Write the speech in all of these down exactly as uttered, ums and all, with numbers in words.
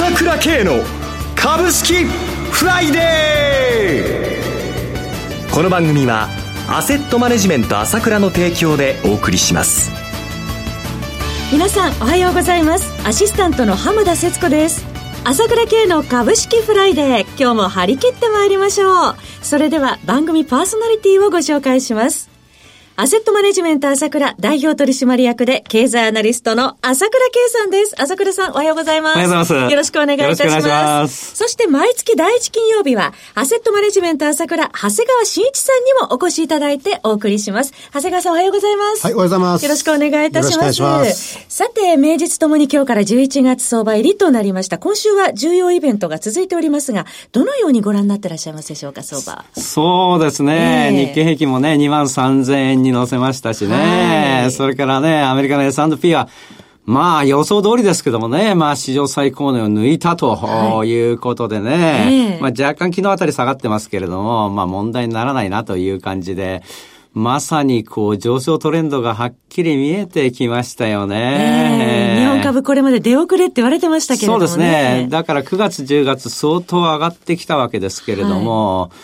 朝倉慶の株式フライデー。この番組はアセットマネジメント朝倉の提供でお送りします。 皆さんおはようございます。アシスタントの浜田節子です。朝倉慶の株式フライデー、今日も張り切ってまいりましょう。それでは番組パーソナリティをご紹介します。アセットマネジメント朝倉代表取締役で経済アナリストの朝倉慶さんです。朝倉さんおはようございます。 おはようございます。 よろしくお願いいたします。よろしくお願いします。そして毎月だいいち金曜日はアセットマネジメント朝倉長谷川慎一さんにもお越しいただいてお送りします。長谷川さんおはようございます。 はい、おはようございます。 よろしくお願いいたします。 よろしくお願いします。 さて名実ともに今日からじゅういちがつ相場入りとなりました。今週は重要イベントが続いておりますが、どのようにご覧になってらっしゃいますでしょうか。相場、 そうですね、えー、日経平均もね にまんさんぜんえんに乗せましたしね、はい、それからねアメリカの エスアンドピー はまあ予想通りですけどもね、まあ史上最高値を抜いたということでね、はいえー、まあ若干昨日あたり下がってますけれども、まあ問題にならないなという感じで、まさにこう上昇トレンドがはっきり見えてきましたよね、 えー、日本株これまで出遅れって言われてましたけれどもね。 そうですね。だからくがつじゅうがつ相当上がってきたわけですけれども、はい、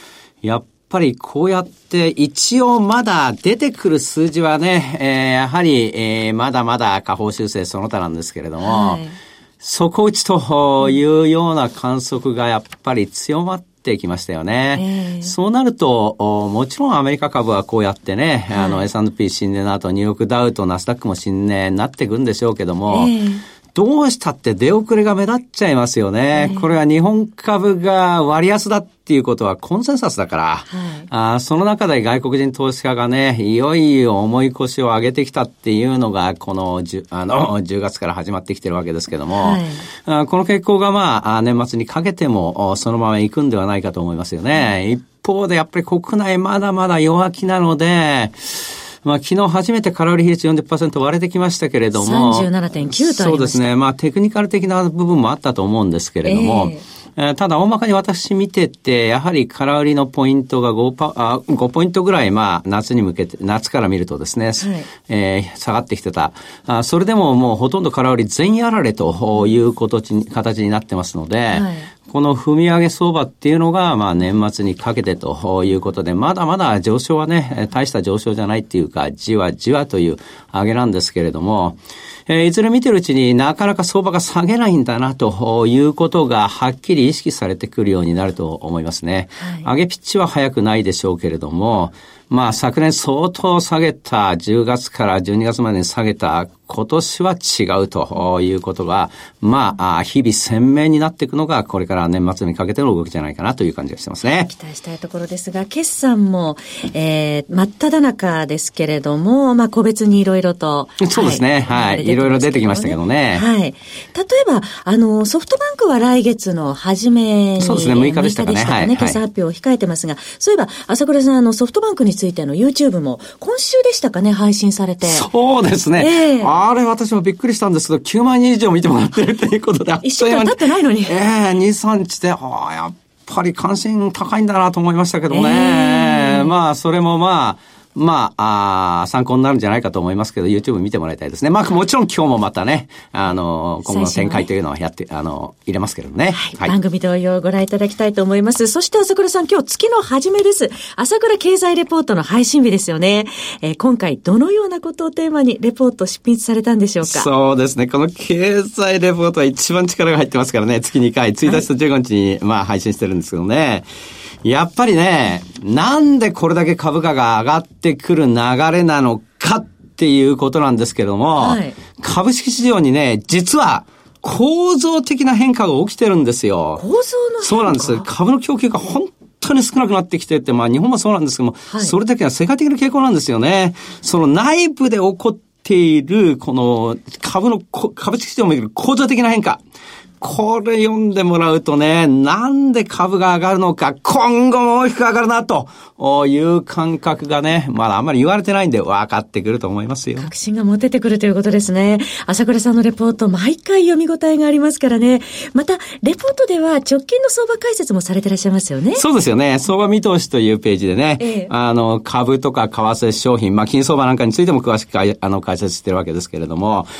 やっぱりこうやって一応まだ出てくる数字はね、えー、やはり、えー、まだまだ下方修正その他なんですけれども、はい、底打ちというような観測がやっぱり強まってきましたよね、えー、そうなるともちろんアメリカ株はこうやってね、はい、あの エスアンドピー 新値の後ニューヨークダウとナスダックも新値になっていくんでしょうけども、えーどうしたって出遅れが目立っちゃいますよね。これは日本株が割安だっていうことはコンセンサスだから、はい、あその中で外国人投資家がね、いよいよ重い腰を上げてきたっていうのがこの 10, あのじゅうがつから始まってきてるわけですけども、はい、あこの傾向がまあ年末にかけてもそのまま行くんではないかと思いますよね。はい、一方でやっぱり国内まだまだ弱気なので、まあ、昨日初めて空売り比率 よんじゅっパーセント 割れてきましたけれども。 さんじゅうななてんきゅう とありました。 そうですね。まあ、テクニカル的な部分もあったと思うんですけれども。えーえー、ただ、大まかに私見てて、やはり空売りのポイントが 5, パあごポイントぐらい、まあ、夏に向けて、夏から見るとですね、はいえー、下がってきてた。あそれでももうほとんど空売り全やられという形に、形になってますので、はいこの踏み上げ相場っていうのが、まあ年末にかけてということで、まだまだ上昇はね、大した上昇じゃないっていうか、じわじわという上げなんですけれども、えー、いずれ見てるうちになかなか相場が下げないんだなということがはっきり意識されてくるようになると思いますね。はい、上げピッチは早くないでしょうけれども、まあ昨年相当下げたじゅうがつからじゅうにがつまでに下げた今年は違うということが、まあ日々鮮明になっていくのがこれから年末にかけての動きじゃないかなという感じがしてますね。 期待したいところですが、決算も、えー、真っ只中ですけれども、まあ個別にいろいろと。 そうですね。はい。はい、いろいろ出てきましたけどね。 はい。例えば、あの、ソフトバンクは来月の初めに。 そうですね。むいかでしたかね。はい。 決算発表を控えてますが、そういえば、朝倉さん、あの、ソフトバンクについての YouTube も今週でしたかね、配信されて。 そうですね。えー、あれ私もびっくりしたんですけど、きゅうまんにん以上見てもらってるということで。 一週間経ってないのに。 ええー、に、さんにちで、ああ、やっぱり関心高いんだなと思いましたけどね。えー、まあ、それもまあ、まあ、あ参考になるんじゃないかと思いますけど、YouTube 見てもらいたいですね。まあ、もちろん今日もまたね、あの、今後の展開というのはやって、あの、入れますけどね。 はい。はい、番組同様ご覧いただきたいと思います。そして朝倉さん、今日月の初めです。朝倉経済レポートの配信日ですよね。えー、今回どのようなことをテーマにレポート執筆されたんでしょうか。 そうですね。この経済レポートは一番力が入ってますからね。月にかい、ついたちとじゅうごにちに、はい、まあ配信してるんですけどね。やっぱりね、なんでこれだけ株価が上がってくる流れなのかっていうことなんですけども、はい、株式市場にね、実は構造的な変化が起きてるんですよ。 構造の変化？ そうなんです。株の供給が本当に少なくなってきてって、まあ日本もそうなんですけども、はい、それだけは世界的な傾向なんですよね。その内部で起こっている、この株の、株式市場をめぐる構造的な変化。これ読んでもらうとね、なんで株が上がるのか、今後も大きく上がるな、という感覚がね、まだあんまり言われてないんで分かってくると思いますよ。 確信が持ててくるということですね。朝倉さんのレポート、毎回読み応えがありますからね。また、レポートでは直近の相場解説もされていらっしゃいますよね。 そうですよね。相場見通しというページでね、ええ、あの、株とか為替商品、まあ、金相場なんかについても詳しくあの解説してるわけですけれども、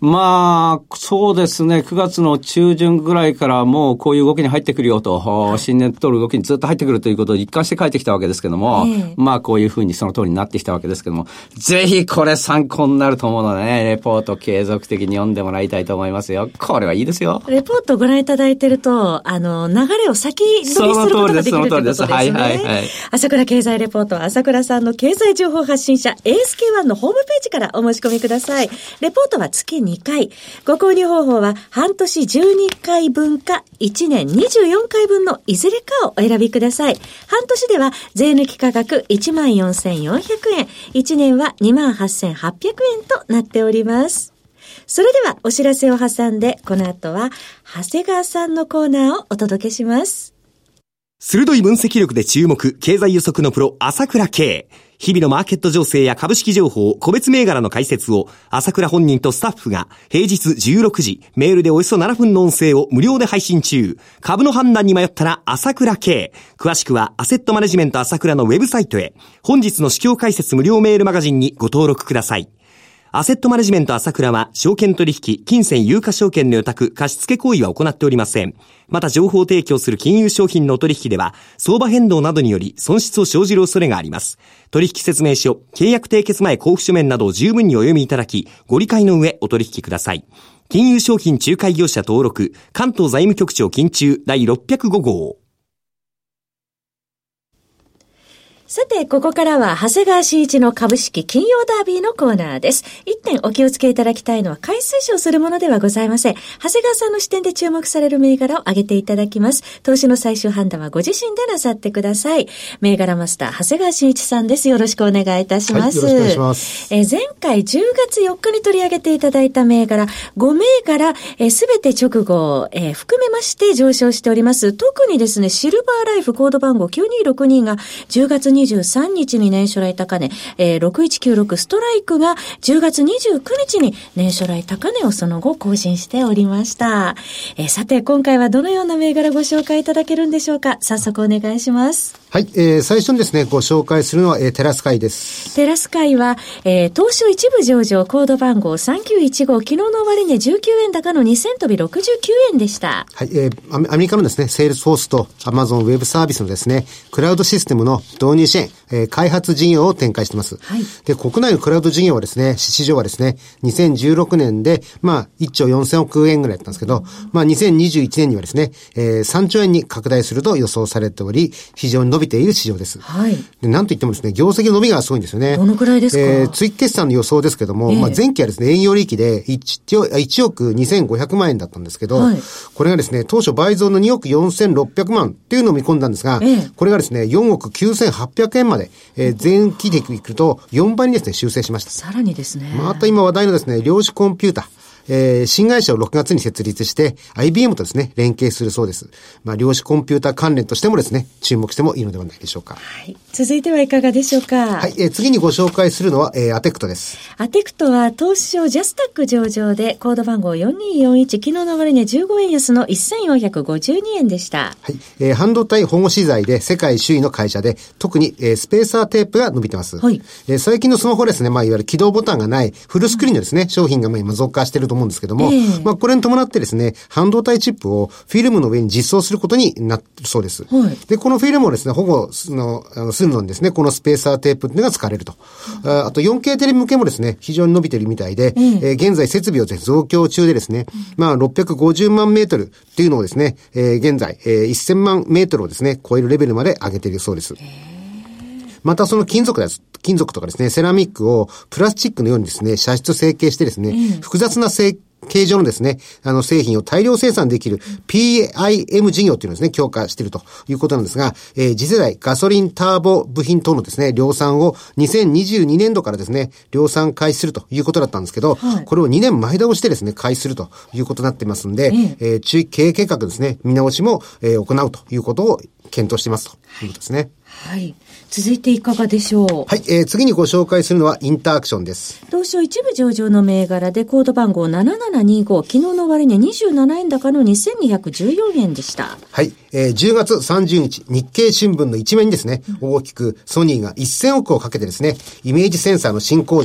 まあ、そうですね。くがつの中旬ぐらいからもうこういう動きに入ってくるよと、はい、新年取る動きにずっと入ってくるということを一貫して書いてきたわけですけども、えー、まあこういうふうにその通りになってきたわけですけども、ぜひこれ参考になると思うのでね、レポート継続的に読んでもらいたいと思いますよ。これはいいですよ。 レポートをご覧いただいていると、あの、流れを先取りすることができるということですね。はいはいはい。朝倉経済レポートは朝倉さんの経済情報発信者 エーエスケーワン のホームページからお申し込みください。レポートは月にかい。ご購入方法は半年じゅうにかいぶんかいちねんにじゅうよんかいぶんのいずれかをお選びください。半年では税抜き価格 いちまんよんせんよんひゃくえん、いちねんは にまんはっせんはっぴゃくえんとなっております。それではお知らせを挟んで、この後は長谷川さんのコーナーをお届けします。 鋭い分析力で注目、経済予測のプロ、朝倉慶。日々のマーケット情勢や株式情報、個別銘柄の解説を、朝倉本人とスタッフが、平日じゅうろくじ、メールでおよそななふんの音声を無料で配信中。株の判断に迷ったら、朝倉慶。詳しくは、アセットマネジメント朝倉のウェブサイトへ。本日の市況解説無料メールマガジンにご登録ください。アセットマネジメント朝倉は、証券取引、金銭有価証券の予託、貸付行為は行っておりません。また情報提供する金融商品の取引では、相場変動などにより損失を生じる恐れがあります。取引説明書、契約締結前交付書面などを十分にお読みいただき、ご理解の上お取引ください。金融商品仲介業者登録、関東財務局長金中第ろっぴゃくご号。 さて、ここからは、長谷川慎一の株式金曜ダービーのコーナーです。一点お気をつけいただきたいのは、買い推奨するものではございません。長谷川さんの視点で注目される銘柄を挙げていただきます。投資の最終判断はご自身でなさってください。銘柄マスター、長谷川慎一さんです。よろしくお願いいたします。 はい、よろしくお願いします。 えー、前回じゅうがつよっかに取り上げていただいた銘柄、ご銘柄、すべて直後、えー、含めまして上昇しております。特にですね、シルバーライフコード番号きゅうにーろくにがじゅうがつにじゅうさんにちに年初来高値、えー、ろくいちきゅうろくストライクがじゅうがつにじゅうくにちに年初来高値をその後更新しておりました。えー、さて今回はどのような銘柄ご紹介いただけるんでしょうか。早速お願いします。 はい、えー、最初にですねご紹介するのは、えー、テラスカイです。 テラスカイは、えー、東証一部上場コード番号さんきゅういちご、昨日の終値じゅうきゅうえん高のにせん飛びろくじゅうきゅうえんでした。 はい、えー、アメリカのですねセールスフォースとアマゾンウェブサービスのですねクラウドシステムの導入支援、えー、開発事業を展開しています。はい。で、国内のクラウド事業はですね、市場はですね、にせんじゅうろくねんで、まあ、いっちょうよんせんおくえんぐらいだったんですけど、まあ、にせんにじゅういちねんにはですね、えー、さんちょうえんに拡大すると予想されており、非常に伸びている市場です。はい。で、なんといってもですね、業績の伸びがすごいんですよね。 どのくらいですか？ えー、追期決算の予想ですけども、えー、まあ、前期はですね、営業利益でいちおくにせんごひゃくまんえんだったんですけど、はい、これがですね、当初倍増のにおくよんせんろっぴゃくまんっていうのを見込んだんですが、えー、これがですね、よんおくきゅうせんはっぴゃくえんまで、えー、前期でいくとよんばいにですね、修正しました。 さらにですね。 また今話題のですね、量子コンピューター。えー、新会社をろくがつに設立して アイビーエム とですね、連携するそうです。まあ、量子コンピューター関連としてもですね、注目してもいいのではないでしょうか。 はい。続いてはいかがでしょうか。 はい。えー、次にご紹介するのは、えー、アテクトです。 アテクトは東証ジャスタック上場で、コード番号よんにーよんいち、昨日の終値じゅうごえん安のせんよんひゃくごじゅうにえんでした。 はい。えー、半導体保護資材で世界首位の会社で、特に、えー、スペーサーテープが伸びてます。はい。えー、最近のスマホですね、まあ、いわゆる起動ボタンがないフルスクリーンのですね、商品がまあ今増加していると思うんですけども、えーまあ、これに伴ってですね、半導体チップをフィルムの上に実装することになってるそうです。はい。で、このフィルムをですね、保護の、あの、するのにですね、このスペーサーテープっていうのが使われると。うん、あ, あと よんケー テレビ向けもですね、非常に伸びてるみたいで、うんえー、現在設備を増強中でですね、うん、まあ、ろっぴゃくごじゅうまんメートルっていうのをですね、えー、現在、えー、せんまんメートルをですね、超えるレベルまで上げているそうです。またその金属です。金属とかですね、セラミックをプラスチックのようにですね、射出成形してですね、うん、複雑な成形状のですね、あの製品を大量生産できる ピーアイエム 事業というのをですね、強化しているということなんですが、えー、次世代ガソリンターボ部品等のですね、量産をにせんにじゅうにねんどからですね、量産開始するということだったんですけど、はい、これをにねんまえ倒してですね、開始するということになっていますんで、うん、えー、中期経営計画ですね、見直しも、えー、行うということを検討していますということですね。 はい。続いていかがでしょう。 はい、えー、次にご紹介するのはインターアクションです。 東証一部上場の銘柄でコード番号ななななにご、昨日の終値にじゅうななえん高のにせんにひゃくじゅうよんえんでした。 はい、えー、じゅうがつさんじゅうにち、日経新聞の一面にですね、うん、大きくソニーがせんおくをかけてですね、イメージセンサーの新工場、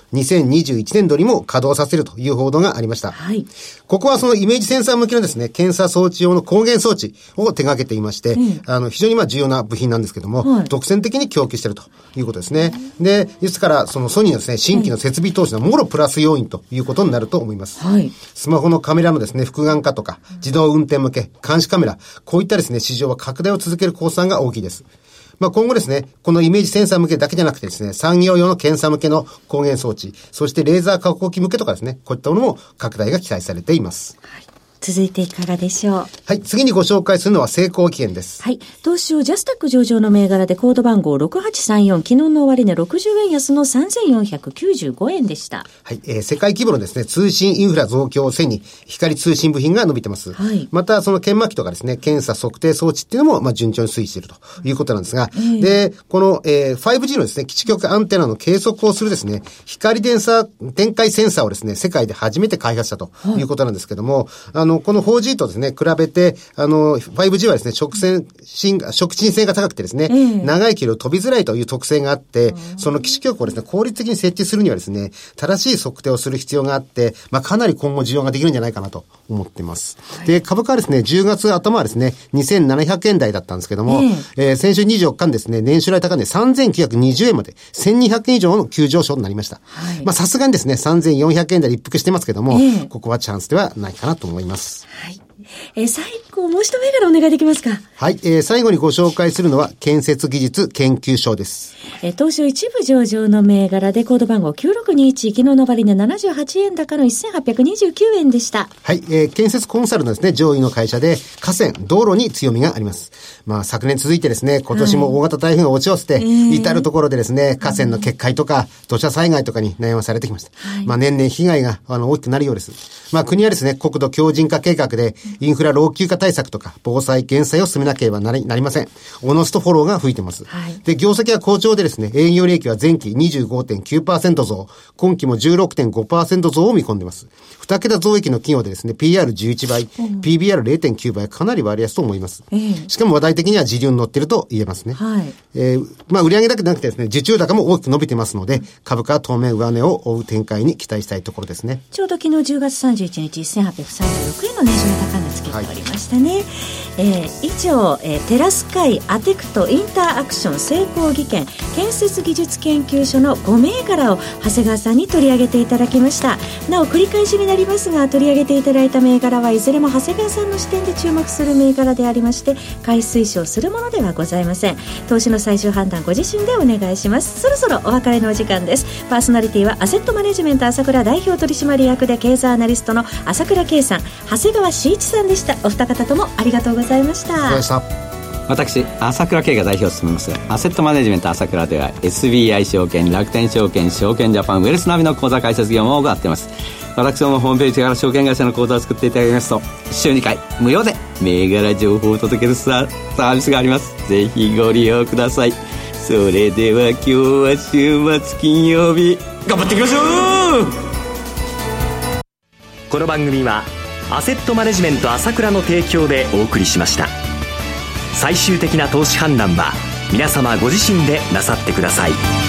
にせんにじゅういちねん度にも稼働させるという報道がありました。 はい。 ここはそのイメージセンサー向けのですね、検査装置用の光源装置を手掛けていまして、うん、あの、非常にまあ重要な部品なんですけども、はい、独占的に供給しているということですね。で、ですから、そのソニーのですね、新規の設備投資のもろプラス要因ということになると思います。はい。スマホのカメラのですね、複眼化とか、自動運転向け、監視カメラ、こういったですね、市場は拡大を続ける公算が大きいです。まあ、今後ですね、このイメージセンサー向けだけじゃなくてですね、産業用の検査向けの光源装置、そしてレーザー加工機向けとかですね、こういったものも拡大が期待されています。はい。 続いていかがでしょう。 はい。次にご紹介するのは成功期限です。 はい。東証ジャスタック上場の銘柄でコード番号ろくはちさんよん、昨日の終値ろくじゅうえん安のさんぜんよんひゃくきゅうじゅうごえんでした。 はい。えー、世界規模のですね、通信インフラ増強を背に、光通信部品が伸びてます。はい。また、その研磨機とかですね、検査測定装置っていうのも、まあ、順調に推移しているということなんですが、うん、で、この、えー、ファイブジー のですね、基地局アンテナの計測をするですね、光電差、電解センサーをですね、世界で初めて開発したということなんですけども、はい、あの、この フォージー とですね、比べて、あの、ファイブジー はですね、直線、触診性が高くてですね、えー、長い距離を飛びづらいという特性があって、その基地局をですね、効率的に設置するにはですね、正しい測定をする必要があって、まあ、かなり今後需要ができるんじゃないかなと思っています。はい、で、株価はですね、じゅうがつ頭はですね、にせんななひゃくえん台だったんですけども、えーえー、先週にじゅうよっかにですね、年初来高値さんぜんきゅうひゃくにじゅうえんまで、せんにひゃくえん以上の急上昇となりました。はい、まあ、さすがにですね、さんぜんよんひゃくえん台で一服してますけども、えー、ここはチャンスではないかなと思います。 はい。えー、最後、もう一銘柄お願いできますか。 はい、えー、最後にご紹介するのは、建設技術研究所です。 えー、東証一部上場の銘柄でコード番号きゅうろくにいち、昨日の終値ななじゅうはちえん高のせんはっぴゃくにじゅうきゅうえんでした。 はい、えー、建設コンサルのですね、上位の会社で、河川、道路に強みがあります。まあ、昨年続いてですね、今年も大型台風が落ち寄せて、はい、至るところでですね、河川の決壊とか、土砂災害とかに悩まされてきました。はい、まあ、年々被害が、あの、大きくなるようです。まあ、国はですね、国土強靭化計画で、インフラ老朽化対策とか、防災減災を進めなければなり、なりません。おのずとフォローが吹いてます。はい、で、業績は好調でですね、営業利益は前期 にじゅうごてんきゅうパーセント 増、今期も じゅうろくてんごパーセント 増を見込んでます。二桁増益の企業でですね、ピーアールじゅういちばい、うん、ピービーアールれいてんきゅうばい、かなり割安と思います。えー、しかも話題的には時流に乗っていると言えますね。はい。えー、まあ、売上だけでなくてですね、受注高も大きく伸びてますので、株価は当面上値を追う展開に期待したいところですね。 ちょうど昨日じゅうがつさんじゅういちにち、せんはっぴゃくさんじゅうろくえんの年初来高値つけておりましたね。はい、えー、以上、えー、テラスカイ、アテクト、インターアクション、成功技研、建設技術研究所のご銘柄を長谷川さんに取り上げていただきました。なお繰り返しになりますが、取り上げていただいた銘柄はいずれも長谷川さんの視点で注目する銘柄でありまして、買い推奨するものではございません。投資の最終判断ご自身でお願いします。そろそろお別れのお時間です。パーソナリティはアセットマネジメント朝倉代表取締役で経済アナリストの朝倉圭さん、長谷川慎一さんでした。お二方ともありがとうございました。ありがとうございました。 私、朝倉圭が代表を務めますアセットマネジメント朝倉では エスビーアイ 証券、楽天証券、証券ジャパン、ウェルスナビの口座開設業務を行っています。私どもホームページから証券会社の口座を作っていただきますと、週にかい無料で銘柄情報を届けるサービスがあります。ぜひご利用ください。それでは今日は週末金曜日、頑張っていきましょう。 この番組はアセットマネジメント朝倉の提供でお送りしました。最終的な投資判断は皆様ご自身でなさってください。